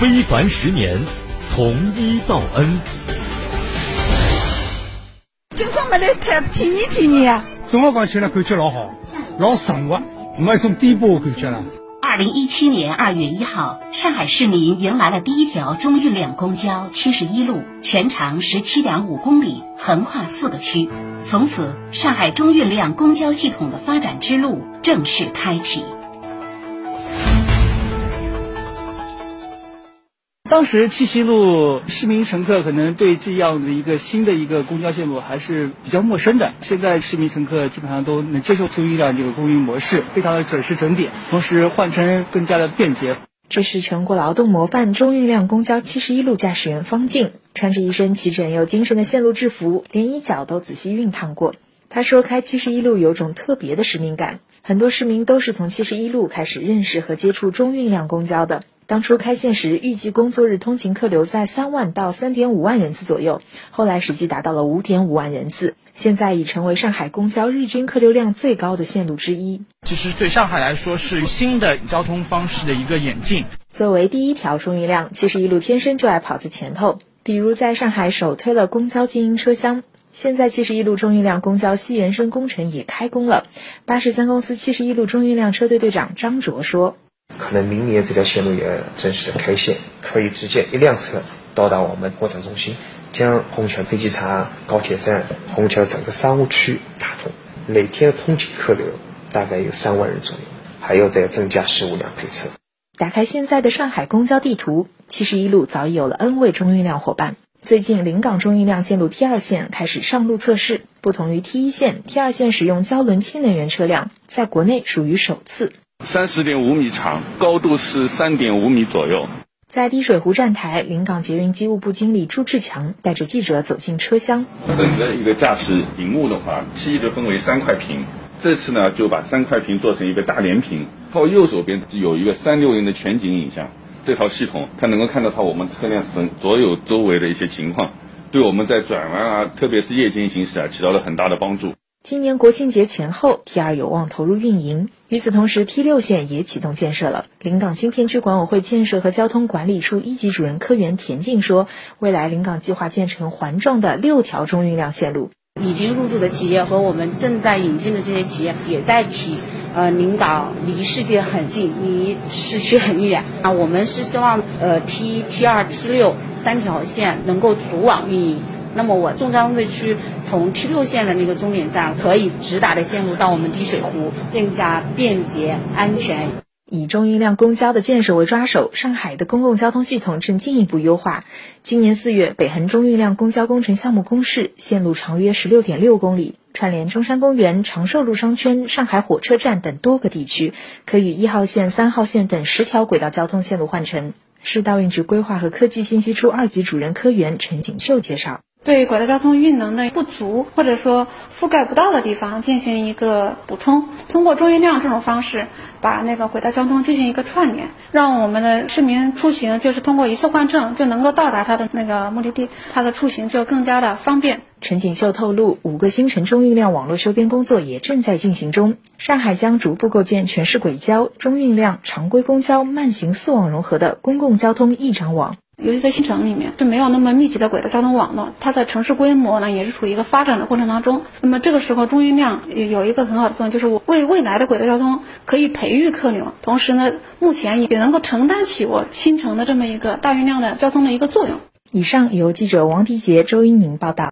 非凡10年，从一到 N。 今朝没来体验啊！ 总的讲起来感觉老好，老顺滑，没一种颠簸的感觉了。 2017年2月1号，上海市民迎来了第一条中运量公交71路，全长17.5公里，横跨4个区。从此，上海中运量公交系统的发展之路正式开启。 当时70路市民乘客可能对这样的一个新的一个公交线路还是比较陌生的，现在市民乘客基本上都能接受中运量这个公运模式，非常的准时准点，同时换乘更加的便捷。 这是全国劳动模范中运量公交71路驾驶员方静，穿着一身齐整又精神的线路制服，连衣角都仔细熨烫过。他说开71路有种特别的使命感，很多市民都是从71路开始认识和接触中运量公交的。当初开线时，预计工作日通勤客流在3万到3.5万人次左右，后来实际达到了5.5万人次，现在已成为上海公交日均客流量最高的线路之一。 其实对上海来说是新的交通方式的一个演进。 作为第一条中运量，71路天生就爱跑在前头，比如在上海首推了公交静音车厢。现在71路中运量公交西延伸工程也开工了。83公司71路中运量车队队长张卓说， 可能明年这条线路也正式的开线，可以直接一辆车到达我们货场中心，将虹桥飞机场、高铁站、虹桥整个商务区打通，每天的通勤客流大概有3万人左右，还要再增加15辆配车。 打开现在的上海公交地图，71路早已有了 N 位中运量伙伴。最近临港中运量线路 T2 线开始上路测试，不同于 T1 线 ，T2 线使用胶轮氢能源车辆，在国内属于首次。 30.5米长，高度是3.5米左右。 在滴水湖站台，临港捷运机务部经理朱志强带着记者走进车厢。 整个一个驾驶荧幕的话，7的分为3块屏，这次呢就把3块屏做成一个大连屏，靠右手边有一个360的全景影像。这套系统它能够看到我们车辆所有周围的一些情况，对我们在转弯啊，特别是夜间行驶起到了很大的帮助。 今年国庆节前后 ，T2 有望投入运营。与此同时 ，T6 线也启动建设了。临港新片区管委会建设和交通管理处1级主任科员田静说，未来临港计划建成环状的6条中运量线路。 已经入驻的企业和我们正在引进的这些企业也在提，临港离世界很近，离市区很远啊。我们是希望T1、T2、T6 3条线能够组网运营。那么我中张队区从 T6 线的那个终点站可以直达的线路到我们滴水湖，更加便捷安全。 以中运量公交的建设为抓手，上海的公共交通系统正进一步优化。今年4月，北横中运量公交工程项目公示，线路长约16.6公里，串联中山公园、长寿路商圈、上海火车站等多个地区，可与1号线、3号线等10条轨道交通线路换乘。市道运局规划和科技信息处2级主任科员陈锦秀介绍， 对轨道交通运能的不足或者说覆盖不到的地方进行一个补充，通过中运量这种方式把那个轨道交通进行一个串联，让我们的市民出行就是通过一次换证就能够到达他的那个目的地，他的出行就更加的方便。 陈锦秀透露，5个新城中运量网络修编工作也正在进行中。上海将逐步构建全市轨交、中运量、常规公交、慢行4网融合的公共交通一张网。 尤其在新城里面是没有那么密集的轨道交通网络，它的城市规模呢也是处于一个发展的过程当中。那么这个时候中运量也有一个很好的作用，就是我为未来的轨道交通可以培育客流，同时呢目前也能够承担起我新城的这么一个大运量的交通的一个作用。 以上由记者王迪杰、周一宁报道。